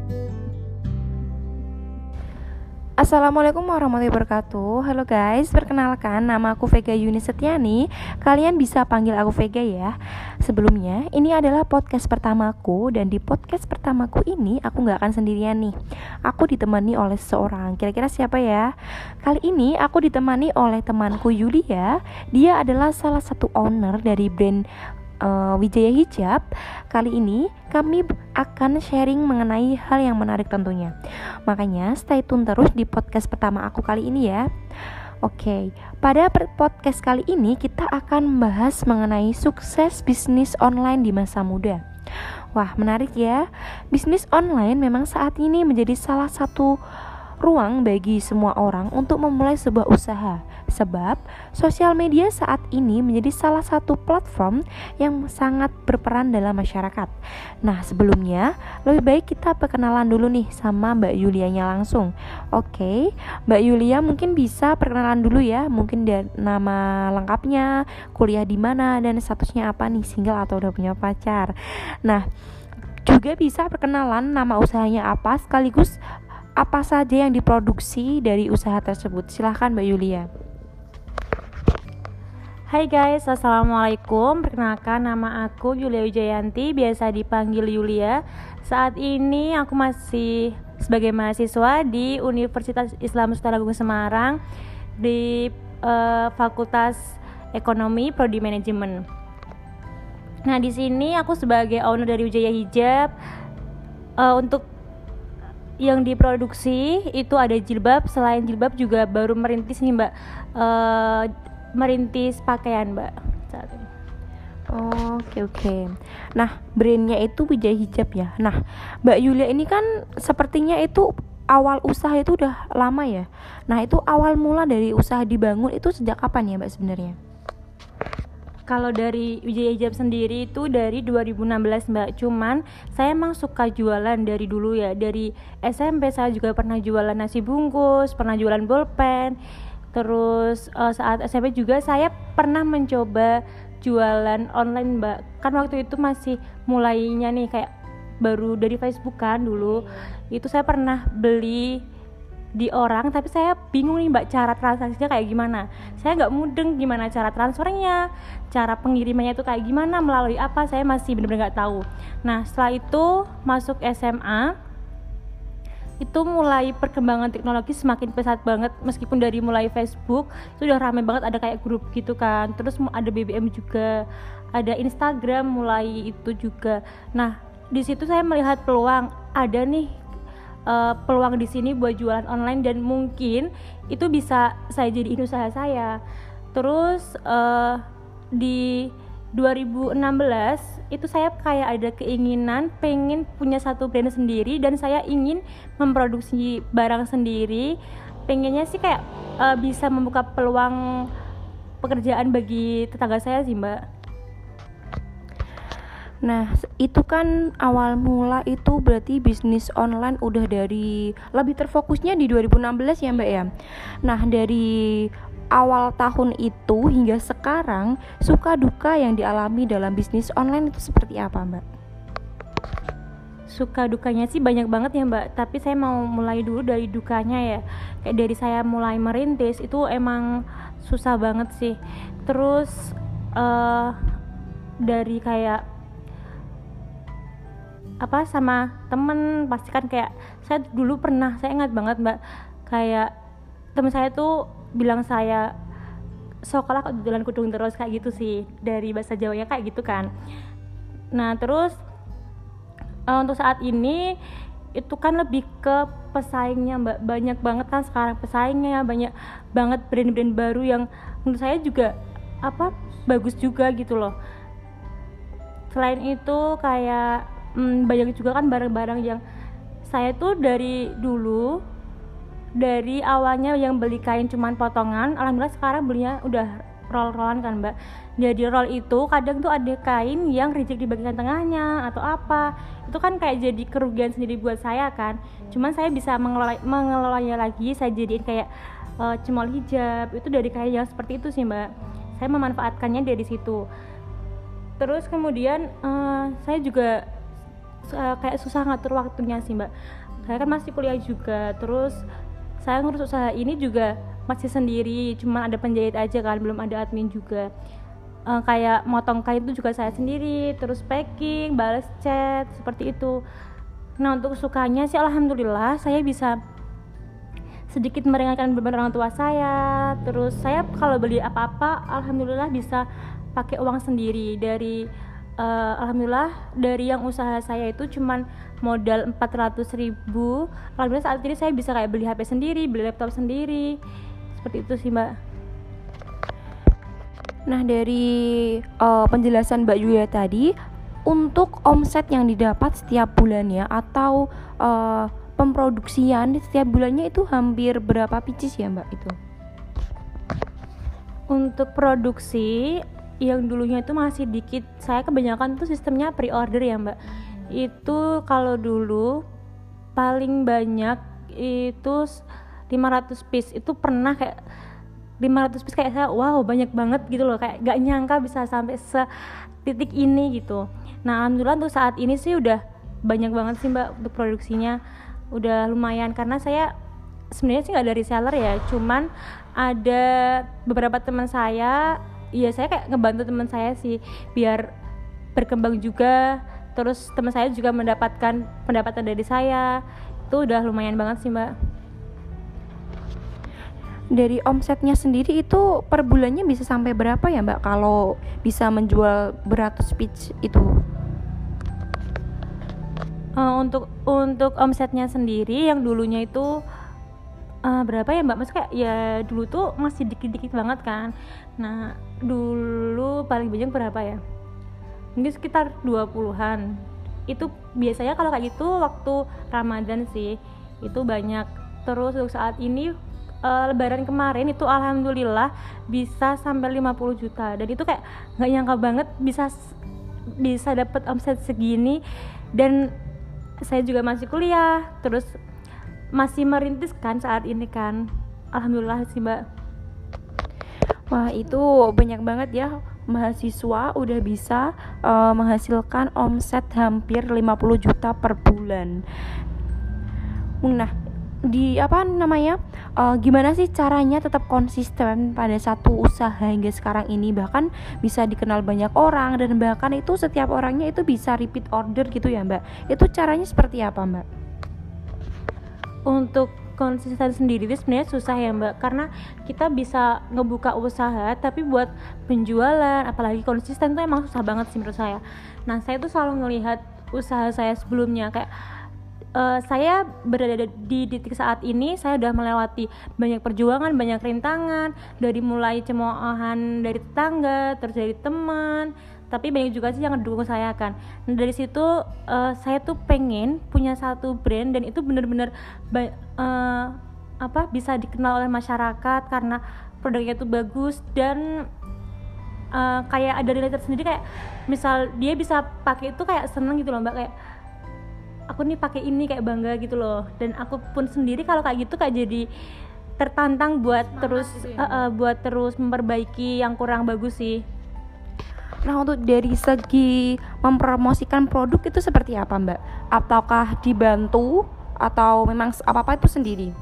Assalamualaikum warahmatullahi wabarakatuh. Halo guys, perkenalkan nama aku Vega Yuni Setiani. Kalian bisa panggil aku Vega ya. Sebelumnya, ini adalah podcast pertamaku. Dan di podcast pertamaku ini aku gak akan sendirian nih. Aku ditemani oleh seseorang. Kira-kira siapa ya? Kali ini aku ditemani oleh temanku Yulia. Dia adalah salah satu owner dari brand Wijaya Hijab. Kali ini kami akan sharing mengenai hal yang menarik tentunya. Makanya stay tune terus di podcast pertama aku kali ini ya. Oke, pada podcast kali ini kita akan membahas mengenai sukses bisnis online di masa muda. Wah, menarik ya. Bisnis online memang saat ini menjadi salah satu ruang bagi semua orang untuk memulai sebuah usaha. Sebab sosial media saat ini menjadi salah satu platform yang sangat berperan dalam masyarakat. Nah, sebelumnya lebih baik kita perkenalan dulu nih sama Mbak Yulianya langsung. Oke, Mbak Yulia mungkin bisa perkenalan dulu ya. Mungkin nama lengkapnya, kuliah di mana, dan statusnya apa nih, single atau udah punya pacar. Nah, juga bisa perkenalan nama usahanya apa, sekaligus apa saja yang diproduksi dari usaha tersebut. Silahkan Mbak Yulia. Hai guys, assalamualaikum. Perkenalkan, nama aku Yulia Wijayanti, biasa dipanggil Yulia. Saat ini aku masih sebagai mahasiswa di Universitas Islam Sultan Agung Semarang di Fakultas Ekonomi Prodi Manajemen. Nah, di sini aku sebagai owner dari Wijaya Hijab. Untuk yang diproduksi itu ada jilbab. Selain jilbab juga baru merintis nih Mbak, merintis pakaian Mbak saat ini. Oke. Nah, brandnya itu Wijaya Hijab ya. Nah, Mbak Yulia ini kan sepertinya itu awal usaha itu udah lama ya. Nah, itu awal mula dari usaha dibangun itu sejak kapan ya Mbak sebenarnya? Kalau dari Wijaya Hijab sendiri itu dari 2016 Mbak. Cuman saya emang suka jualan dari dulu ya. Dari SMP saya juga pernah jualan nasi bungkus, pernah jualan bolpen. Terus saat SMP juga saya pernah mencoba jualan online Mbak. Kan waktu itu masih mulainya nih, kayak baru dari Facebook kan dulu. Itu saya pernah beli di orang, tapi saya bingung nih Mbak, cara transaksinya kayak gimana. Saya nggak mudeng gimana cara transfernya, cara pengirimannya itu kayak gimana, melalui apa, saya masih benar-benar nggak tahu. Nah, setelah itu masuk SMA, itu mulai perkembangan teknologi semakin pesat banget. Meskipun dari mulai Facebook itu udah rame banget, ada kayak grup gitu kan, terus ada BBM juga, ada Instagram mulai itu juga. Nah, di situ saya melihat peluang, ada nih peluang di sini buat jualan online, dan mungkin itu bisa saya jadiin usaha saya. Terus di 2016 itu saya kayak ada keinginan pengen punya satu brand sendiri, dan saya ingin memproduksi barang sendiri. Pengennya sih kayak bisa membuka peluang pekerjaan bagi tetangga saya sih Mbak. Nah, itu kan awal mula itu berarti bisnis online udah dari lebih terfokusnya di 2016 ya Mbak ya. Nah, dari awal tahun itu hingga sekarang, suka duka yang dialami dalam bisnis online itu seperti apa Mbak? Suka dukanya sih banyak banget ya Mbak, tapi saya mau mulai dulu dari dukanya ya. Kayak dari saya mulai merintis itu emang susah banget sih. Terus dari kayak sama temen, pasti kan kayak saya dulu pernah, saya ingat banget Mbak, kayak temen saya tuh bilang saya sekolah kok jalan kudung terus, kayak gitu sih, dari bahasa Jawanya kayak gitu kan. Nah, terus untuk saat ini itu kan lebih ke pesaingnya Mbak, banyak banget kan sekarang pesaingnya, banyak banget brand-brand baru yang menurut saya juga bagus juga gitu loh. Selain itu kayak banyak juga kan barang-barang yang saya tuh dari dulu, dari awalnya yang beli kain cuman potongan, alhamdulillah sekarang belinya udah roll-rollan kan Mbak. Jadi roll itu kadang tuh ada kain yang reject di bagian tengahnya atau apa, itu kan kayak jadi kerugian sendiri buat saya kan. Cuman saya bisa mengelolanya lagi, saya jadiin kayak cemol hijab, itu dari kain yang seperti itu sih Mbak. Saya memanfaatkannya dari situ. Terus kemudian saya juga kayak susah ngatur waktunya sih Mbak. Saya kan masih kuliah juga, terus saya ngurus usaha ini juga masih sendiri, cuma ada penjahit aja kan, belum ada admin juga. Kayak motong kain itu juga saya sendiri, terus packing, balas chat, seperti itu. Nah untuk sukanya sih alhamdulillah saya bisa sedikit meringankan beban orang tua saya. Terus saya kalau beli apa-apa alhamdulillah bisa pakai uang sendiri. Dari alhamdulillah dari yang usaha saya itu cuman modal 400.000, alhamdulillah saat ini saya bisa kayak beli HP sendiri, beli laptop sendiri, seperti itu sih Mbak. Nah, dari penjelasan Mbak Julia tadi, untuk omset yang didapat setiap bulannya atau pemproduksian setiap bulannya itu hampir berapa pieces ya Mbak itu? Untuk produksi yang dulunya itu masih dikit, saya kebanyakan tuh sistemnya pre-order ya Mbak. Itu kalau dulu paling banyak itu 500 piece, itu pernah kayak 500 piece kayak saya wow banyak banget gitu loh, kayak gak nyangka bisa sampai setitik ini gitu. Nah alhamdulillah untuk saat ini sih udah banyak banget sih Mbak untuk produksinya, udah lumayan karena saya sebenarnya sih nggak dari seller ya, cuman ada beberapa teman saya, ya saya kayak ngebantu teman saya sih biar berkembang juga, terus teman saya juga mendapatkan pendapatan dari saya, itu udah lumayan banget sih Mbak. Dari omsetnya sendiri itu per bulannya bisa sampai berapa ya Mbak kalau bisa menjual beratus piece itu? Untuk omsetnya sendiri yang dulunya itu berapa ya Mbak? Maksudnya ya dulu tuh masih dikit-dikit banget kan. Nah dulu paling banyak berapa ya? Mungkin sekitar 20-an. Itu biasanya kalau kayak gitu waktu Ramadan sih, itu banyak. Terus untuk saat ini Lebaran kemarin itu alhamdulillah bisa sampai 50 juta, dan itu kayak nggak nyangka banget bisa dapat omset segini. Dan saya juga masih kuliah, terus masih merintis kan saat ini kan, alhamdulillah sih Mbak. Wah itu banyak banget ya mahasiswa udah bisa menghasilkan omset hampir 50 juta per bulan. Nah gimana sih caranya tetap konsisten pada satu usaha hingga sekarang ini, bahkan bisa dikenal banyak orang, dan bahkan itu setiap orangnya itu bisa repeat order gitu ya Mbak, itu caranya seperti apa Mbak? Untuk konsisten sendiri itu sebenarnya susah ya Mbak, karena kita bisa ngebuka usaha tapi buat penjualan apalagi konsisten tuh emang susah banget sih menurut saya. Nah saya tuh selalu ngelihat usaha saya sebelumnya, kayak saya berada di titik saat ini, saya udah melewati banyak perjuangan, banyak rintangan, dari mulai cemoohan dari tetangga, terus dari teman, tapi banyak juga sih yang ngedukung saya kan. Nah dari situ saya tuh pengen punya satu brand, dan itu bener-bener bisa dikenal oleh masyarakat karena produknya tuh bagus, dan kayak ada nilai tersendiri, kayak misal dia bisa pakai itu kayak seneng gitu loh Mbak, kayak aku nih pakai ini kayak bangga gitu loh. Dan aku pun sendiri kalau kayak gitu kayak jadi tertantang buat terus memperbaiki yang kurang bagus sih. Nah untuk dari segi mempromosikan produk itu seperti apa Mbak? Ataukah dibantu atau memang apa-apa itu sendiri?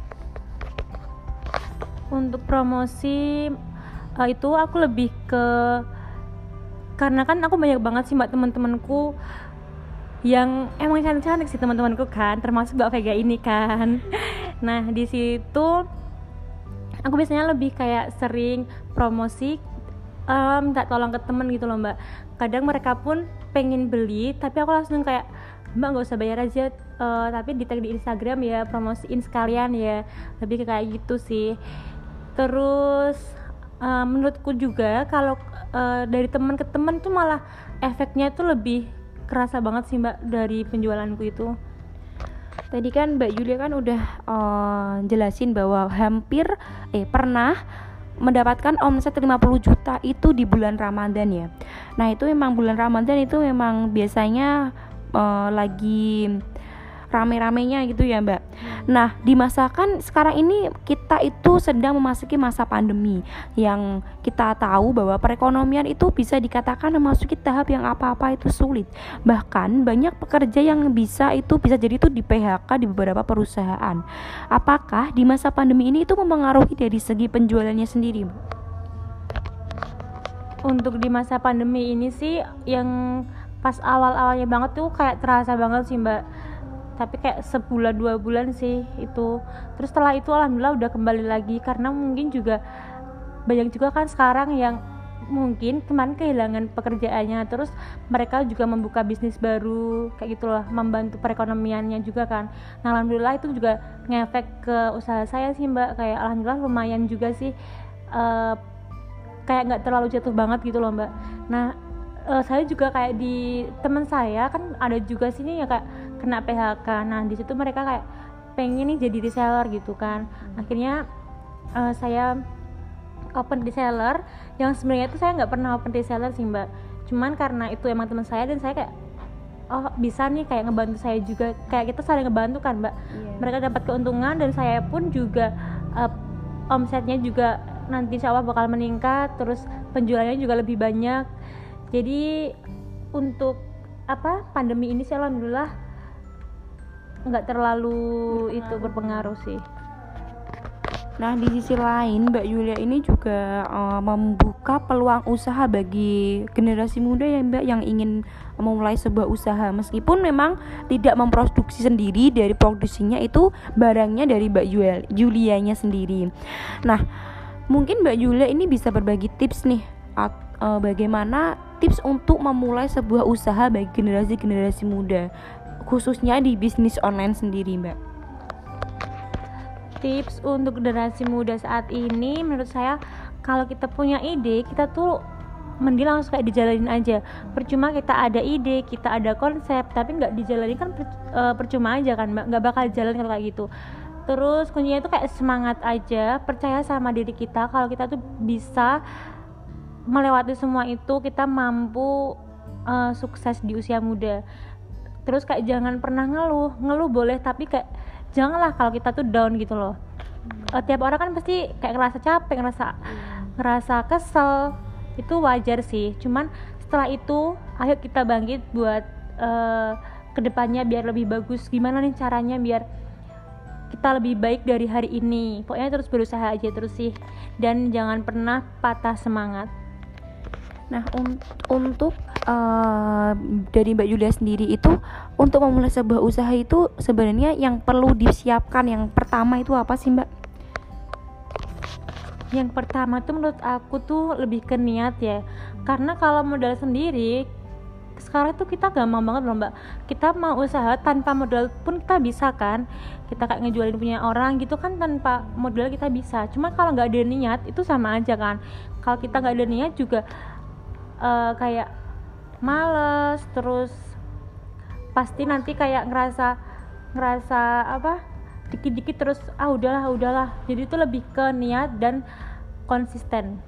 Untuk promosi itu aku lebih ke, karena kan aku banyak banget sih Mbak teman-temanku yang emang cantik-cantik sih teman-temanku kan, termasuk Mbak Vega ini kan. Nah di situ aku biasanya lebih kayak sering promosi, minta tolong ke temen gitu loh Mbak. Kadang mereka pun pengen beli tapi aku langsung kayak Mbak nggak usah bayar aja, tapi di tag di Instagram ya, promosiin sekalian ya, lebih kayak gitu sih. Terus menurutku juga kalau dari teman ke teman tuh malah efeknya tuh lebih kerasa banget sih Mbak dari penjualanku itu. Tadi kan Mbak Julia kan udah jelasin bahwa hampir pernah mendapatkan omset 50 juta itu di bulan Ramadan ya. Nah itu memang bulan Ramadan itu memang biasanya lagi rame-ramenya gitu ya Mbak. Nah di masa kan sekarang ini kita itu sedang memasuki masa pandemi, yang kita tahu bahwa perekonomian itu bisa dikatakan memasuki tahap yang apa-apa itu sulit. Bahkan banyak pekerja yang bisa jadi itu di PHK di beberapa perusahaan. Apakah di masa pandemi ini itu mempengaruhi dari segi penjualannya sendiri Mbak? Untuk di masa pandemi ini sih yang pas awal-awalnya banget tuh kayak terasa banget sih Mbak, tapi kayak sebulan 2 bulan sih itu. Terus setelah itu alhamdulillah udah kembali lagi, karena mungkin juga banyak juga kan sekarang yang mungkin kemarin kehilangan pekerjaannya, terus mereka juga membuka bisnis baru kayak gitulah, membantu perekonomiannya juga kan. Nah alhamdulillah itu juga ngefek ke usaha saya sih Mbak, kayak alhamdulillah lumayan juga sih, kayak nggak terlalu jatuh banget gitu loh Mbak. Nah saya juga kayak di teman saya kan ada juga sini ya kayak kena PHK. Nah di situ mereka kayak pengen nih jadi reseller gitu kan. Akhirnya saya open reseller, yang sebenarnya itu saya nggak pernah open reseller sih Mbak. Cuman karena itu emang teman saya dan saya kayak oh bisa nih kayak ngebantu saya juga, kayak kita saling ngebantu kan Mbak. Mereka dapat keuntungan dan saya pun juga omsetnya juga nanti insya Allah bakal meningkat, terus penjualannya juga lebih banyak. Jadi untuk pandemi ini sih alhamdulillah nggak terlalu itu berpengaruh sih. Nah di sisi lain Mbak Yulia ini juga membuka peluang usaha bagi generasi muda ya Mbak, yang ingin memulai sebuah usaha, meskipun memang tidak memproduksi sendiri, dari produksinya itu barangnya dari Mbak Yulianya sendiri. Nah mungkin Mbak Yulia ini bisa berbagi tips nih, bagaimana tips untuk memulai sebuah usaha bagi generasi muda, khususnya di bisnis online sendiri Mbak. Tips untuk generasi muda saat ini menurut saya, kalau kita punya ide, kita tuh mending langsung kayak dijalanin aja. Percuma kita ada ide, kita ada konsep, tapi nggak dijalanin kan percuma aja kan Mbak, nggak bakal jalan kalau kayak gitu. Terus kuncinya itu kayak semangat aja, percaya sama diri kita kalau kita tuh bisa melewati semua itu, kita mampu sukses di usia muda. Terus kayak jangan pernah ngeluh boleh, tapi kayak janganlah kalau kita tuh down gitu loh. Tiap orang kan pasti kayak ngerasa capek, ngerasa kesel, itu wajar sih. Cuman setelah itu ayo kita bangkit buat kedepannya biar lebih bagus. Gimana nih caranya biar kita lebih baik dari hari ini? Pokoknya terus berusaha aja terus sih, dan jangan pernah patah semangat. Nah untuk dari Mbak Yulia sendiri itu, untuk memulai sebuah usaha itu sebenarnya yang perlu disiapkan yang pertama itu apa sih Mbak? Yang pertama tuh menurut aku tuh lebih ke niat ya, karena kalau modal sendiri sekarang tuh kita gampang banget loh Mbak. Kita mau usaha tanpa modal pun kita bisa kan, kita kayak ngejualin punya orang gitu kan, tanpa modal kita bisa. Cuma kalau nggak ada niat itu sama aja kan. Kalau kita nggak ada niat juga kayak males, terus pasti nanti kayak ngerasa dikit-dikit terus udahlah. Jadi itu lebih ke niat dan konsisten.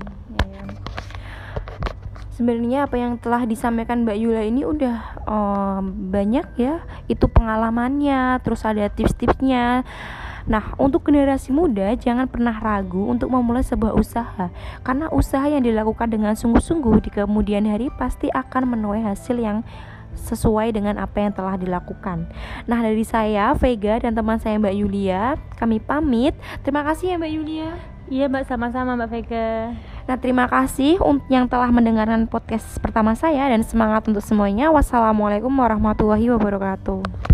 Sebenarnya apa yang telah disampaikan Mbak Yulia ini udah banyak ya, itu pengalamannya, terus ada tips-tipsnya. Nah untuk generasi muda jangan pernah ragu untuk memulai sebuah usaha, karena usaha yang dilakukan dengan sungguh-sungguh di kemudian hari pasti akan menuai hasil yang sesuai dengan apa yang telah dilakukan. Nah dari saya Vega dan teman saya Mbak Yulia, kami pamit. Terima kasih ya Mbak Yulia. Iya Mbak, sama-sama Mbak Vega. Nah terima kasih yang telah mendengarkan podcast pertama saya, dan semangat untuk semuanya. Wassalamualaikum warahmatullahi wabarakatuh.